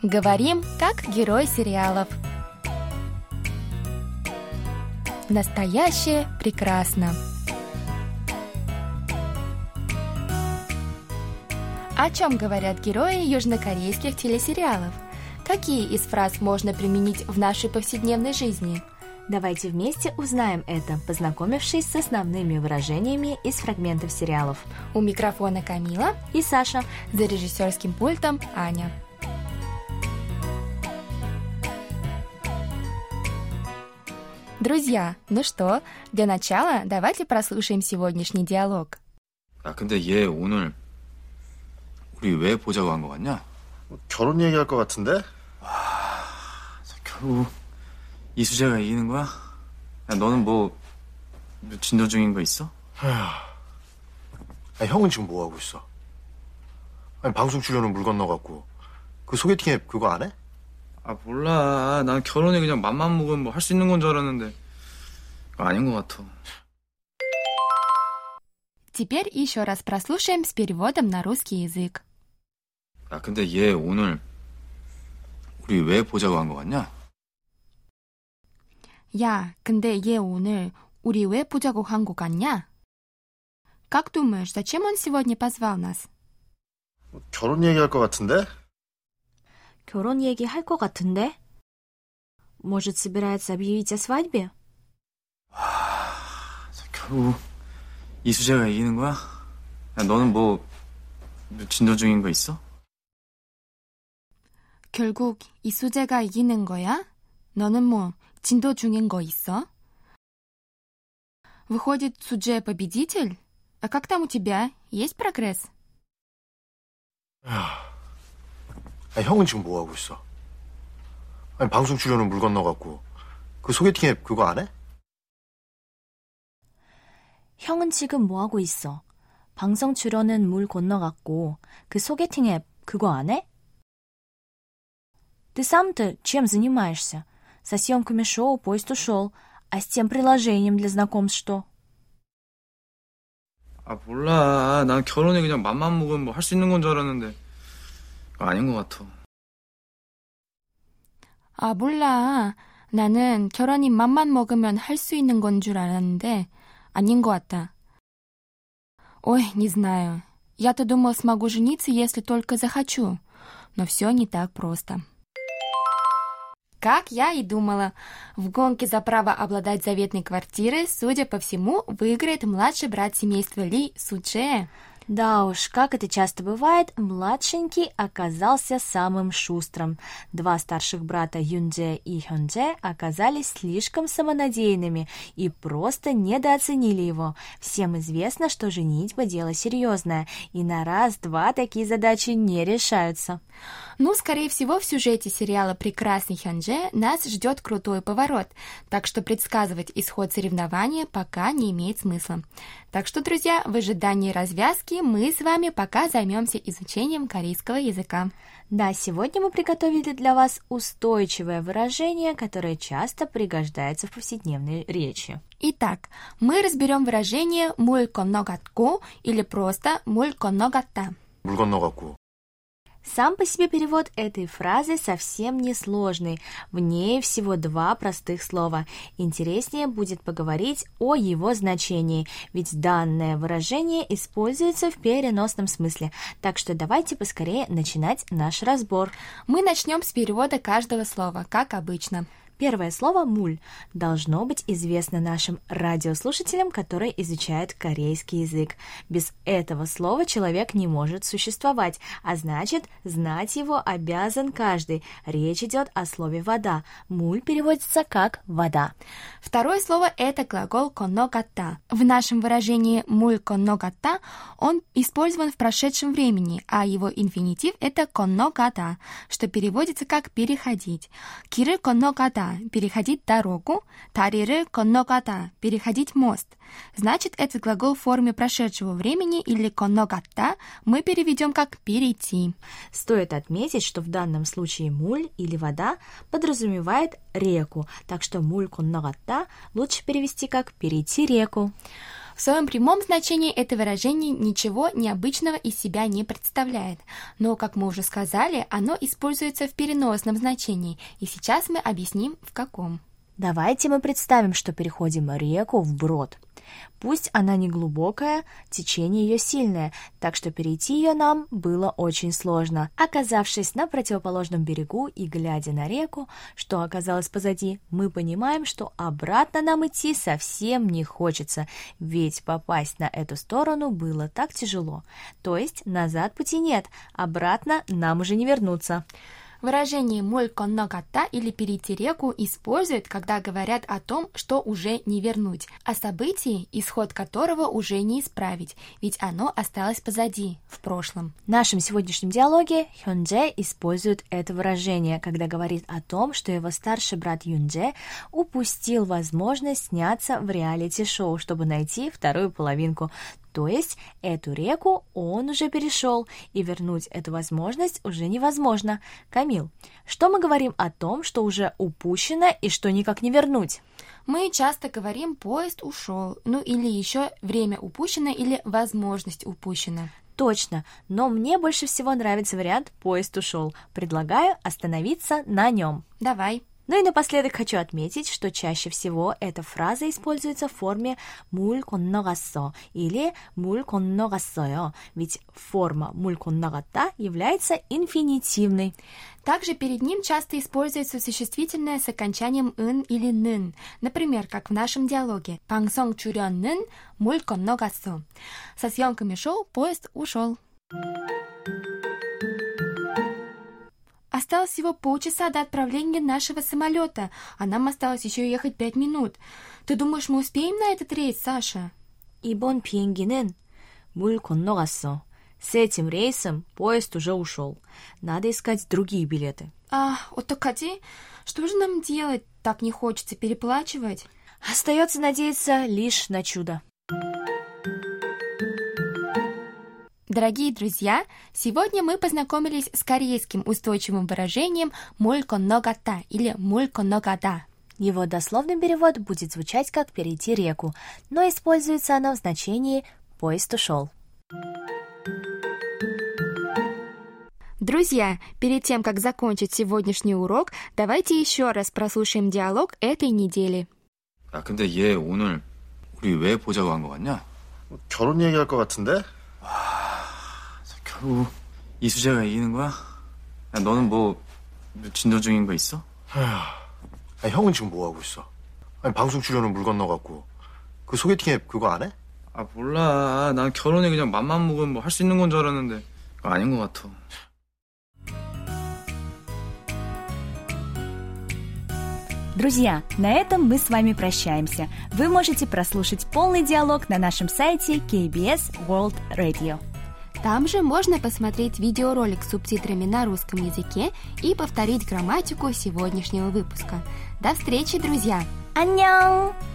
Говорим, как герой сериалов. Настоящее прекрасно. О чем говорят герои южнокорейских телесериалов? Какие из фраз можно применить в нашей повседневной жизни? Давайте вместе узнаем это, познакомившись с основными выражениями из фрагментов сериалов. У микрофона Камила и Саша. За режиссерским пультом Аня. Друзья, ну что, для начала давайте прослушаем сегодняшний диалог. 야, 근데 얘 오늘 우리 왜 보자고 한 거 같냐? 결혼 얘기할 것 같은데? 결국 이수재가 이기는 거야? 야, 너는 뭐 진도 중인 거 있어? 아니, 형은 지금 뭐 하고 있어? 아니, 방송 출연은 물 건너갔고 그 소개팅 앱 그거 안 해? 아, 몰라. 난 결혼에 그냥 맘만 먹으면 뭐 할 수 있는 건 줄 알았는데 아닌 것 같아. Теперь еще раз прослушаем с переводом на русский язык. 야, 근데 얘 오늘 우리 왜 보자고 한 거 같냐? 야, 근데 얘 오늘 우리 왜 보자고 한 거 같냐? Как думаешь, зачем он сегодня позвал нас? 결혼 얘기할 것 같은데? 결혼 얘기할 것 같은데? Может, собирается объявить о свадьбе? 결국 이수재가 이기는 거야? 야, 너는 뭐 진도 중인 거 있어? 결국 이수재가 이기는 거야? 너는 뭐 진도 중인 거 있어? Выходит, Судже победитель? А как там у тебя? Есть прогресс? 아니, 형은 지금 뭐 하고 있어? 아니, 방송 출연은 물 건너갔고 그 소개팅 앱 그거 안 해? 형은 지금 뭐 하고 있어? 방송 출연은 물 건너갔고 그 소개팅 앱 그거 안 해? Ты сам-то чем занимаешься? Со съемками шоу поезд ушел, а с тем приложением для знакомств что? 아, 몰라. 난 결혼에 그냥 맘만 먹으면 뭐 할 수 있는 건 줄 알았는데 아닌 것 같아. 아, 몰라. 나는 결혼이 맘만 먹으면 할 수 있는 건 줄 알았는데 아닌 것 같다. Ой, не знаю. Я-то думал, смогу жениться, если только захочу. Но все не так просто. Как я и думала, в гонке за право обладать заветной квартирой, судя по всему, выиграет младший брат семейства Ли Судже. Да уж, как это часто бывает, младшенький оказался самым шустрым. Два старших брата Юндже и Хёндже оказались слишком самонадеянными и просто недооценили его. Всем известно, что женитьба – дело серьезное, и на раз-два такие задачи не решаются. Ну, скорее всего, в сюжете сериала «Прекрасный Хёндже» нас ждет крутой поворот, так что предсказывать исход соревнования пока не имеет смысла. Так что, друзья, в ожидании развязки мы с вами пока займемся изучением корейского языка. Да, сегодня мы приготовили для вас устойчивое выражение, которое часто пригождается в повседневной речи. Итак, мы разберем выражение «물 건너갔고» или просто «물 건너갔다». 물 건너갔고. Сам по себе перевод этой фразы совсем несложный. В ней всего два простых слова. Интереснее будет поговорить о его значении, ведь данное выражение используется в переносном смысле. Так что давайте поскорее начинать наш разбор. Мы начнем с перевода каждого слова, как обычно. Первое слово «муль» должно быть известно нашим радиослушателям, которые изучают корейский язык. Без этого слова человек не может существовать, а значит, знать его обязан каждый. Речь идет о слове «вода». «Муль» переводится как «вода». Второе слово – это глагол «конногата». В нашем выражении «муль конногата» он использован в прошедшем времени, а его инфинитив – это «конногата», что переводится как «переходить». «Киры конногата» – переходить дорогу, «тари를 건너가다» – переходить мост. Значит, этот глагол в форме прошедшего времени или «конногата» мы переведем как «перейти». Стоит отметить, что в данном случае «муль» или «вода» подразумевает реку, так что «муль конногата» лучше перевести как «перейти реку». В своем прямом значении это выражение ничего необычного из себя не представляет, но, как мы уже сказали, оно используется в переносном значении, и сейчас мы объясним, в каком. Давайте мы представим, что переходим реку вброд. Пусть она не глубокая, течение ее сильное, так что перейти ее нам было очень сложно. Оказавшись на противоположном берегу и глядя на реку, что оказалось позади, мы понимаем, что обратно нам идти совсем не хочется, ведь попасть на эту сторону было так тяжело. То есть назад пути нет, обратно нам уже не вернуться. Выражение «물 건너갔다» или «перейти реку» используют, когда говорят о том, что уже не вернуть, о событии, исход которого уже не исправить, ведь оно осталось позади, в прошлом. В нашем сегодняшнем диалоге Хёнже использует это выражение, когда говорит о том, что его старший брат Юнже упустил возможность сняться в реалити-шоу, чтобы найти вторую половинку. То есть эту реку он уже перешел, и вернуть эту возможность уже невозможно. Камил, что мы говорим о том, что уже упущено и что никак не вернуть? Мы часто говорим «поезд ушел», или еще «время упущено» или «возможность упущена». Точно, но мне больше всего нравится вариант «поезд ушел». Предлагаю остановиться на нем. Давай. Ну и напоследок хочу отметить, что чаще всего эта фраза используется в форме 물 건너갔어 или 물 건너갔어요, ведь форма 물 건너갔다 является инфинитивной. Также перед ним часто используется существительное с окончанием «ын» или «는», например, как в нашем диалоге 방송 출연은 물 건너갔어. Со съемками шоу поезд ушел. Осталось всего полчаса до отправления нашего самолета, а нам осталось еще ехать 5 минут. Ты думаешь, мы успеем на этот рейс, Саша? 이번 비행기는 물 건너갔어. С этим рейсом поезд уже ушел. Надо искать другие билеты. 어떡하지? Что же нам делать? Так не хочется переплачивать. Остается надеяться лишь на чудо. Дорогие друзья, сегодня мы познакомились с корейским устойчивым выражением «물 건너갔다» или «물 건너가다». Его дословный перевод будет звучать как «перейти реку», но используется оно в значении «поезд ушел». Друзья, перед тем, как закончить сегодняшний урок, давайте еще раз прослушаем диалог этой недели. 야, 근데 얘 오늘 우리 왜 보자고 한 거 같냐? 결혼 얘기할 것 같은데? 결국 이수재가 이기는 거야? 야, 너는 뭐 진도 중인 거 있어? 아니, 형은 지금 뭐 하고 있어? 아니, 방송 출연은 물 건너갔고 그 소개팅 앱 그거 안 해? 아, 몰라. 난 결혼에 그냥 맘만 먹으면 뭐 할 수 있는 건 줄 알았는데 그거 아닌 것 같아. Друзья, на этом мы с вами прощаемся. Вы можете прослушать полный диалог на нашем сайте KBS World Radio. Там же можно посмотреть видеоролик с субтитрами на русском языке и повторить грамматику сегодняшнего выпуска. До встречи, друзья! 안녕!